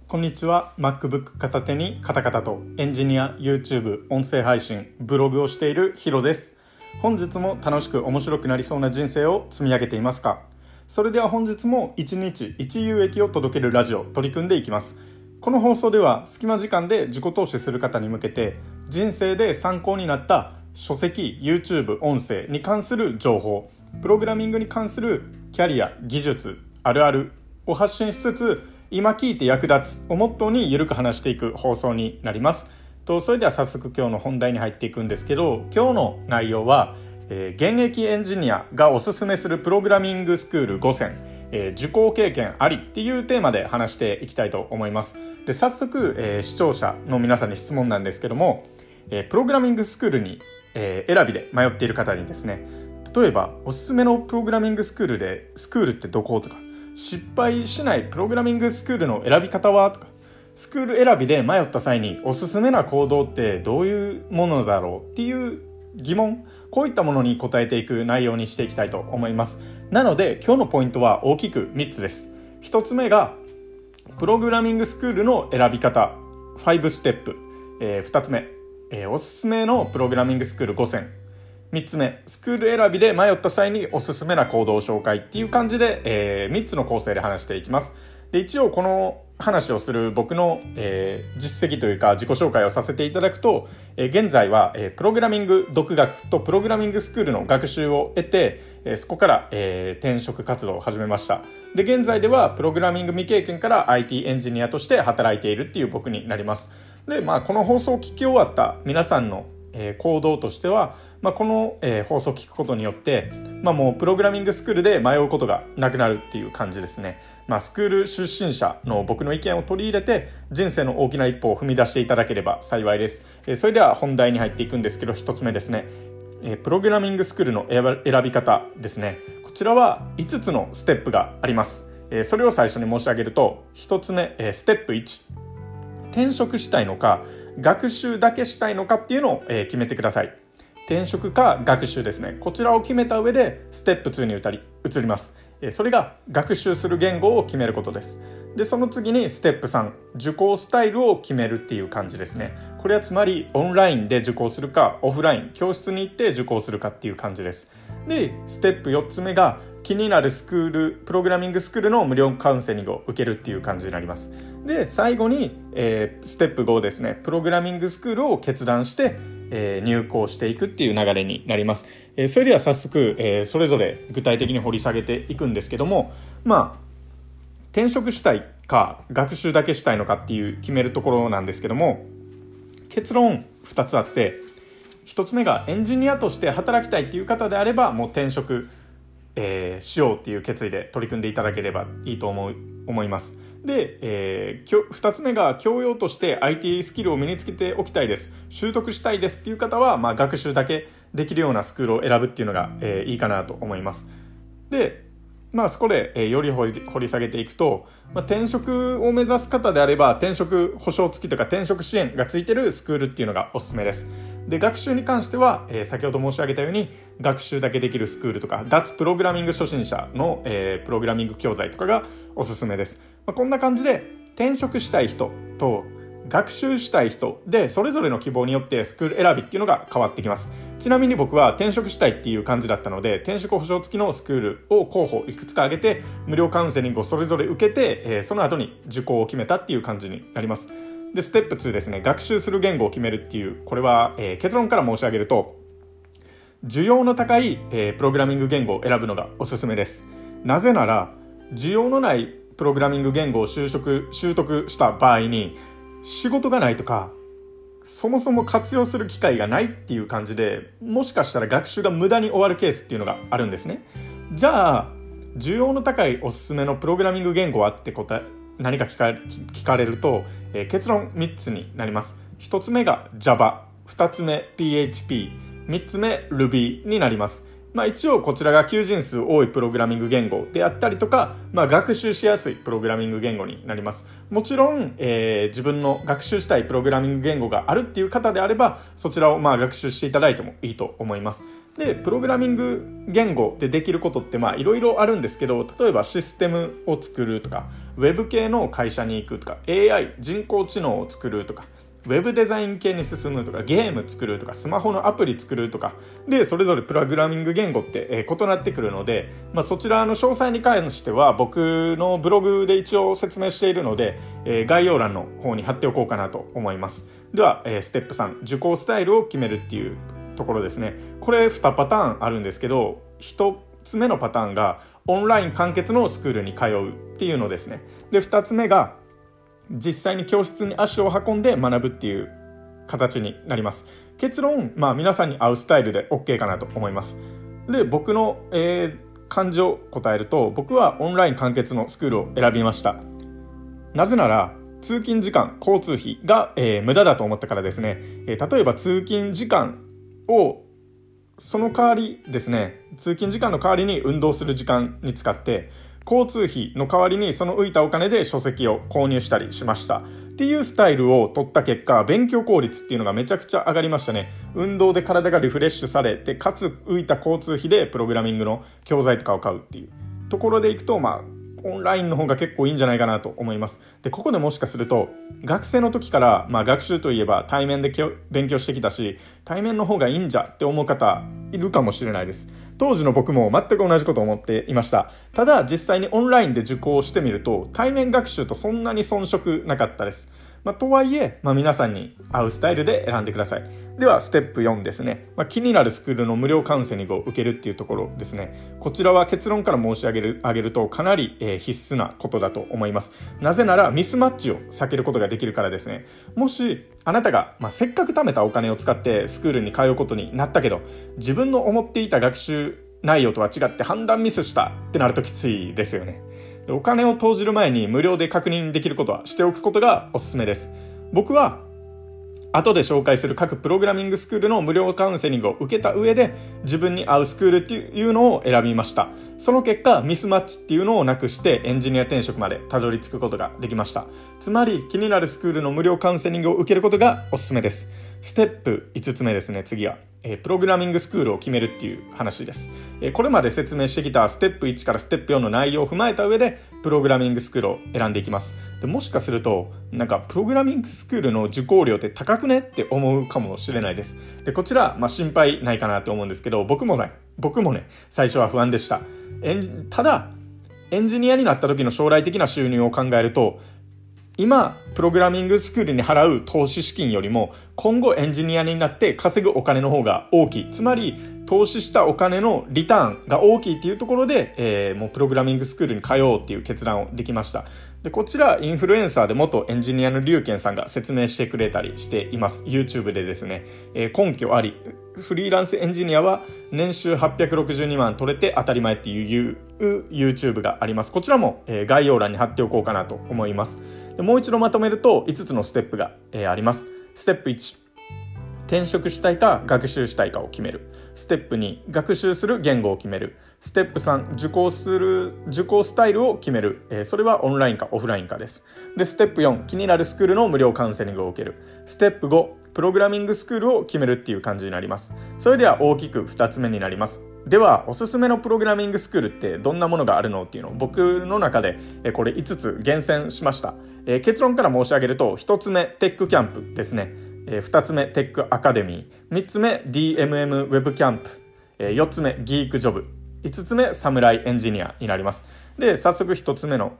こんにちは。 MacBook 片手にカタカタとエンジニア、 YouTube、音声配信、ブログをしているヒロです。本日も楽しく面白くなりそうな人生を積み上げていますか？それでは本日も1日1有益を届けるラジオ取り組んでいきます。この放送では隙間時間で自己投資する方に向けて人生で参考になった書籍、YouTube、音声に関する情報、プログラミングに関するキャリア、技術、あるあるを発信しつつ、今聞いて役立つをモットーにゆるく話していく放送になります。それでは早速今日の本題に入っていくんですけど、今日の内容は、現役エンジニアがおすすめするプログラミングスクール5選、受講経験ありっていうテーマで話していきたいと思います。で、早速、視聴者の皆さんに質問なんですけども、プログラミングスクールに、選びで迷っている方にですね、例えばおすすめのプログラミングスクールでスクールってどことか、失敗しないプログラミングスクールの選び方はとか、スクール選びで迷った際におすすめな行動ってどういうものだろうっていう疑問、こういったものに答えていく内容にしていきたいと思います。なので今日のポイントは大きく3つです。1つ目がプログラミングスクールの選び方5ステップ、2つ目、おすすめのプログラミングスクール5選、3つ目、スクール選びで迷った際におすすめな行動を紹介っていう感じで、3つの構成で話していきます。で、一応この話をする僕の、実績というか自己紹介をさせていただくと、現在は、プログラミング独学とプログラミングスクールの学習を得て、そこから、転職活動を始めました。で、現在ではプログラミング未経験から IT エンジニアとして働いているっていう僕になります。で、この放送を聞き終わった皆さんの行動としては、この、放送を聞くことによって、もうプログラミングスクールで迷うことがなくなるっていう感じですね。スクール出身者の僕の意見を取り入れて人生の大きな一歩を踏み出していただければ幸いです。それでは本題に入っていくんですけど、一つ目ですね、プログラミングスクールの選び方ですね。こちらは5つのステップがあります。それを最初に申し上げると、1つ目、ステップ1、転職したいのか学習だけしたいのかっていうのを決めてください。転職か学習ですね。こちらを決めた上でステップ2に移ります。それが学習する言語を決めることです。で、その次にステップ3、受講スタイルを決めるっていう感じですね。これはつまりオンラインで受講するかオフライン、教室に行って受講するかっていう感じです。で、ステップ4つ目が気になるプログラミングスクールの無料カウンセリングを受けるっていう感じになります。で、最後に、ステップ5ですね、プログラミングスクールを決断して、入校していくっていう流れになります。それでは早速、それぞれ具体的に掘り下げていくんですけども、転職したいか学習だけしたいのかっていう決めるところなんですけども、結論2つあって、1つ目がエンジニアとして働きたいっていう方であればもう転職、しようっていう決意で取り組んでいただければいいと思います。で、2つ目が教養として IT スキルを身につけておきたいです、習得したいですっていう方は、学習だけできるようなスクールを選ぶっていうのが、いいかなと思います。で、そこで、より掘り下げていくと、転職を目指す方であれば転職保証付きとか転職支援がついてるスクールっていうのがおすすめです。で、学習に関しては、先ほど申し上げたように学習だけできるスクールとか脱プログラミング初心者の、プログラミング教材とかがおすすめです。こんな感じで転職したい人と学習したい人でそれぞれの希望によってスクール選びっていうのが変わってきます。ちなみに僕は転職したいっていう感じだったので、転職保証付きのスクールを候補いくつか挙げて無料カウンセリングをそれぞれ受けて、その後に受講を決めたっていう感じになります。で、ステップ2ですね、学習する言語を決めるっていう、これは、結論から申し上げると需要の高い、プログラミング言語を選ぶのがおすすめです。なぜなら需要のないプログラミング言語を習得した場合に仕事がないとか、そもそも活用する機会がないっていう感じで、もしかしたら学習が無駄に終わるケースっていうのがあるんですね。じゃあ需要の高いおすすめのプログラミング言語はって何か聞かれると、結論3つになります。1つ目が Java、 2つ目 PHP、 3つ目 Ruby になります。 一応こちらが求人数多いプログラミング言語であったりとか、学習しやすいプログラミング言語になります。もちろん、自分の学習したいプログラミング言語があるっていう方であれば、そちらを学習していただいてもいいと思います。で、プログラミング言語でできることっていろいろあるんですけど、例えばシステムを作るとか、ウェブ系の会社に行くとか、AI 人工知能を作るとか、ウェブデザイン系に進むとか、ゲーム作るとか、スマホのアプリ作るとかで、それぞれプログラミング言語って異なってくるので、そちらの詳細に関しては僕のブログで一応説明しているので、概要欄の方に貼っておこうかなと思います。では、ステップ3、受講スタイルを決めるっていうところですね。これ2パターンあるんですけど、1つ目のパターンがオンライン完結のスクールに通うっていうのですね。で、2つ目が実際に教室に足を運んで学ぶっていう形になります。結論、皆さんに合うスタイルで OK かなと思います。で、僕の、感情を答えると、僕はオンライン完結のスクールを選びました。なぜなら通勤時間、交通費が、無駄だと思ったからですね。例えば通勤時間をその代わりですね、通勤時間の代わりに運動する時間に使って、交通費の代わりにその浮いたお金で書籍を購入したりしましたっていうスタイルを取った結果、勉強効率っていうのがめちゃくちゃ上がりましたね。運動で体がリフレッシュされて、かつ浮いた交通費でプログラミングの教材とかを買うっていうところでいくと、オンラインの方が結構いいんじゃないかなと思います。で、ここでもしかすると学生の時から、学習といえば対面で勉強してきたし、対面の方がいいんじゃって思う方いるかもしれないです。当時の僕も全く同じことを思っていました。ただ実際にオンラインで受講してみると、対面学習とそんなに遜色なかったです。とはいえ、皆さんに合うスタイルで選んでください。ではステップ4ですね。気になるスクールの無料カウンセリングを受けるっていうところですね。こちらは結論から申し上げるとかなり、必須なことだと思います。なぜならミスマッチを避けることができるからですね。もしあなたが、せっかく貯めたお金を使ってスクールに通うことになったけど、自分の思っていた学習内容とは違って判断ミスしたってなるときついですよね。お金を投じる前に無料で確認できることはしておくことがおすすめです。僕は後で紹介する各プログラミングスクールの無料カウンセリングを受けた上で、自分に合うスクールっていうのを選びました。その結果、ミスマッチっていうのをなくしてエンジニア転職までたどり着くことができました。つまり気になるスクールの無料カウンセリングを受けることがおすすめです。ステップ5つ目ですね。次はプログラミングスクールを決めるっていう話です。これまで説明してきたステップ1からステップ4の内容を踏まえた上でプログラミングスクールを選んでいきます。で、もしかするとプログラミングスクールの受講料って高くねって思うかもしれないです。で、こちら、心配ないかなと思うんですけど、僕もね最初は不安でした。ただエンジニアになった時の将来的な収入を考えると、今プログラミングスクールに払う投資資金よりも今後エンジニアになって稼ぐお金の方が大きい。つまり投資したお金のリターンが大きいっていうところで、もうプログラミングスクールに通おうっていう決断をできました。で、こちらインフルエンサーで元エンジニアのリュウケンさんが説明してくれたりしています。 YouTube でですね、根拠あり、フリーランスエンジニアは年収862万取れて当たり前っていう YouTube があります。こちらも、概要欄に貼っておこうかなと思います。で、もう一度まとめると5つのステップが、あります。ステップ1、転職したいか学習したいかを決める。ステップ2、学習する言語を決める。ステップ3、受講スタイルを決める。それはオンラインかオフラインかです。で、ステップ4、気になるスクールの無料カウンセリングを受ける。ステップ5、プログラミングスクールを決めるっていう感じになります。それでは大きく2つ目になります。ではおすすめのプログラミングスクールってどんなものがあるのっていうのを僕の中でこれ5つ厳選しました。結論から申し上げると、1つ目テックキャンプですね。2つ目テックアカデミー、3つ目 DMM ウェブキャンプ、4つ目ギークジョブ、5つ目サムライエンジニアになります。で、早速1つ目の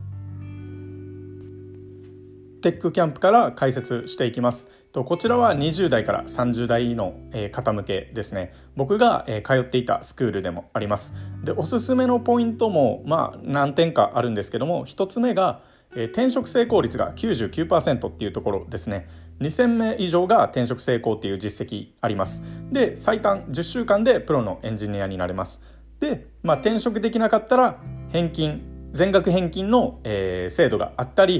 テックキャンプから解説していきます。こちらは20代から30代の方向けですね。僕が通っていたスクールでもあります。で、おすすめのポイントも何点かあるんですけども、1つ目が転職成功率が 99% っていうところですね。2000名以上が転職成功っていう実績あります。で、最短10週間でプロのエンジニアになれます。で、転職できなかったら全額返金の制度があったり、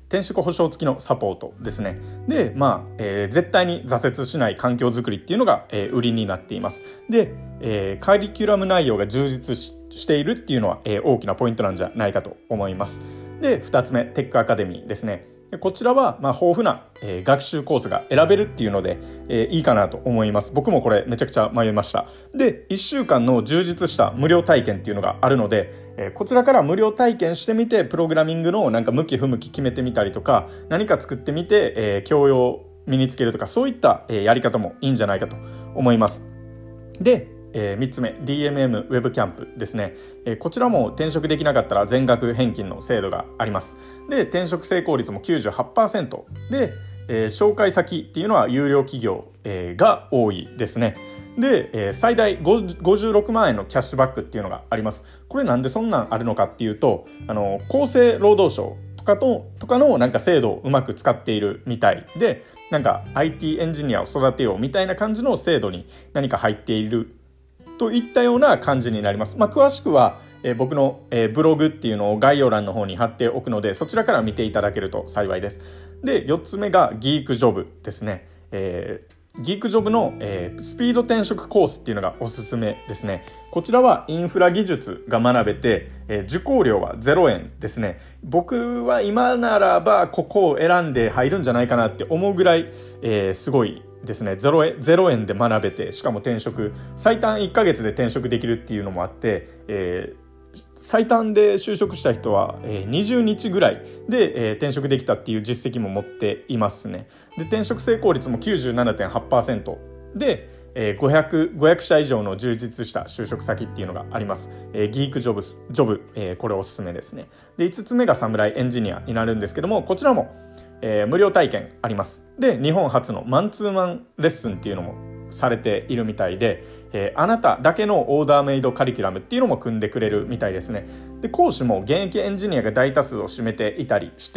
転職保証付きのサポートですね。で、絶対に挫折しない環境づくりっていうのが、売りになっています。で、カリキュラム内容が充実しているっていうのは、大きなポイントなんじゃないかと思います。で、2つ目、テックアカデミーですね。こちらは豊富な、学習コースが選べるっていうので、いいかなと思います。僕もこれめちゃくちゃ迷いました。で、1週間の充実した無料体験っていうのがあるので、こちらから無料体験してみてプログラミングのなんか向き不向き決めてみたりとか、何か作ってみて、教養身につけるとか、そういった、やり方もいいんじゃないかと思います。で、3つ目 DMM ウェブキャンプですね。こちらも転職できなかったら全額返金の制度があります。で、転職成功率も 98% で、紹介先っていうのは有料企業、が多いですね。で、最大56万円のキャッシュバックっていうのがあります。これなんでそんなんあるのかっていうと、厚生労働省とかのなんか制度をうまく使っているみたいで、なんか IT エンジニアを育てようみたいな感じの制度に何か入っているといったような感じになります。詳しくは、僕の、ブログっていうのを概要欄の方に貼っておくので、そちらから見ていただけると幸いです。で、4つ目がギークジョブですね。ギークジョブの、スピード転職コースっていうのがおすすめですね。こちらはインフラ技術が学べて、受講料は0円ですね。僕は今ならばここを選んで入るんじゃないかなって思うぐらい、すごいですね。0円で学べて、しかも転職最短1ヶ月で転職できるっていうのもあって、最短で就職した人は20日ぐらいで転職できたっていう実績も持っていますね。で、転職成功率も 97.8% で500社以上の充実した就職先っていうのがあります。ギークジョブ、これおすすめですね。で、5つ目がサムライエンジニアになるんですけども、こちらも無料体験あります。で、日本初のマンツーマンレッスンっていうのもされているみたいで、あなただけのオーダーメイドカリキュラムっていうのも組んでくれるみたいですね。で、講師も現役エンジニアが大多数を占めていたりして、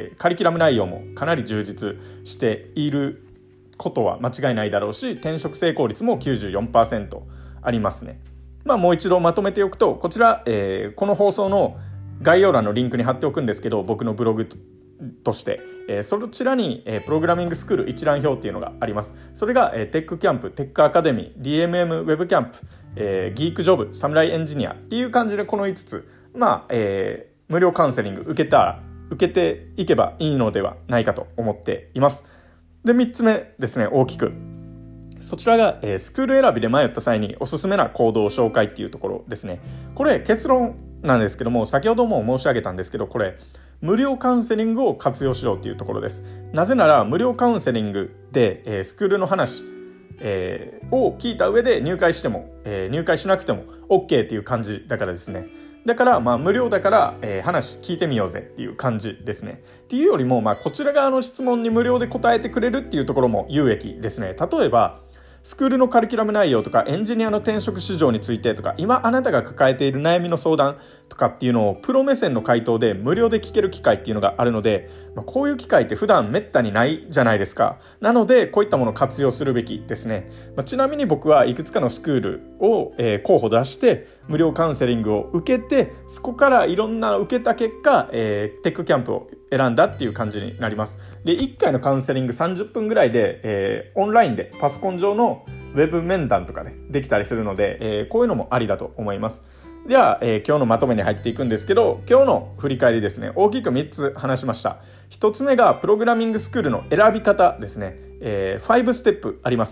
カリキュラム内容もかなり充実していることは間違いないだろうし、転職成功率も 94% ありますね。もう一度まとめておくと、こちら、この放送の概要欄のリンクに貼っておくんですけど、僕のブログとして、そちらに、プログラミングスクール一覧表っていうのがあります。それが、テックキャンプ、テックアカデミー、DMM ウェブキャンプ、ギークジョブ、サムライエンジニアっていう感じで、この5つ、無料カウンセリング受けていけばいいのではないかと思っています。で、3つ目ですね、大きく。そちらが、スクール選びで迷った際におすすめな行動紹介っていうところですね。これ結論なんですけども、先ほども申し上げたんですけど、これ無料カウンセリングを活用しようっていうところです。なぜなら無料カウンセリングで、スクールの話、を聞いた上で入会しても、入会しなくても OK っていう感じだからですね。だから無料だから、話聞いてみようぜっていう感じですね。っていうよりもこちら側の質問に無料で答えてくれるっていうところも有益ですね。例えばスクールのカリキュラム内容とかエンジニアの転職市場についてとか、今あなたが抱えている悩みの相談とかっていうのをプロ目線の回答で無料で聞ける機会っていうのがあるので、こういう機会って普段めったにないじゃないですか。なのでこういったものを活用するべきですね。ちなみに僕はいくつかのスクールを、候補出して無料カウンセリングを受けて、そこからいろんな受けた結果、テックキャンプを選んだっていう感じになります。で、1回のカウンセリング30分ぐらいで、オンラインでパソコン上のウェブ面談とかできたりするので、こういうのもありだと思います。では、今日のまとめに入っていくんですけど、今日の振り返りですね、大きく3つ話しました。1つ目がプログラミングスクールの選び方ですね。5ステップあります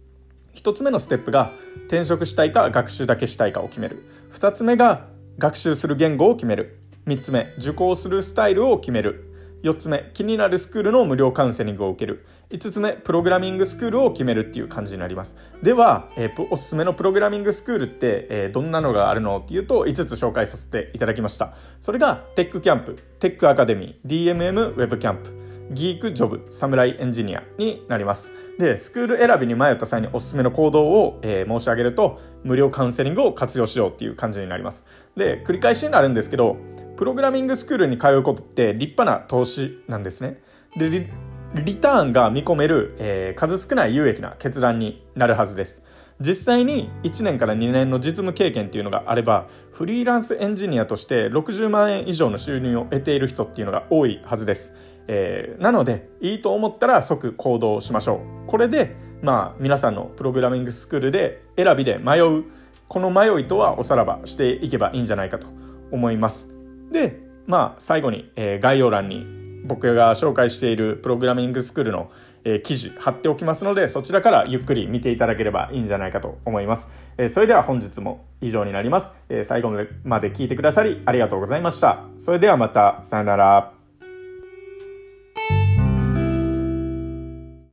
。1つ目のステップが転職したいか学習だけしたいかを決める。2つ目が学習する言語を決める。3つ目、受講するスタイルを決める。4つ目、気になるスクールの無料カウンセリングを受ける。5つ目、プログラミングスクールを決めるっていう感じになります。では、おすすめのプログラミングスクールって、どんなのがあるのっていうと、5つ紹介させていただきました。それがテックキャンプ、テックアカデミー、DMM ウェブキャンプ、ギークジョブ、サムライエンジニアになります。で、スクール選びに迷った際におすすめの行動を、申し上げると、無料カウンセリングを活用しようっていう感じになります。で、繰り返しになるんですけど、プログラミングスクールに通うことって立派な投資なんですね。で、リターンが見込める、数少ない有益な決断になるはずです。 実際に1年から2年の実務経験っていうのがあれば、フリーランスエンジニアとして60万円以上の収入を得ている人っていうのが多いはずです。なのでいいと思ったら即行動しましょう。これで皆さんのプログラミングスクールで選びで迷うこの迷いとはおさらばしていけばいいんじゃないかと思います。で最後に、概要欄に僕が紹介しているプログラミングスクールの、記事貼っておきますので、そちらからゆっくり見ていただければいいんじゃないかと思います。それでは本日も以上になります。最後まで聞いてくださりありがとうございました。それではまた、さよなら。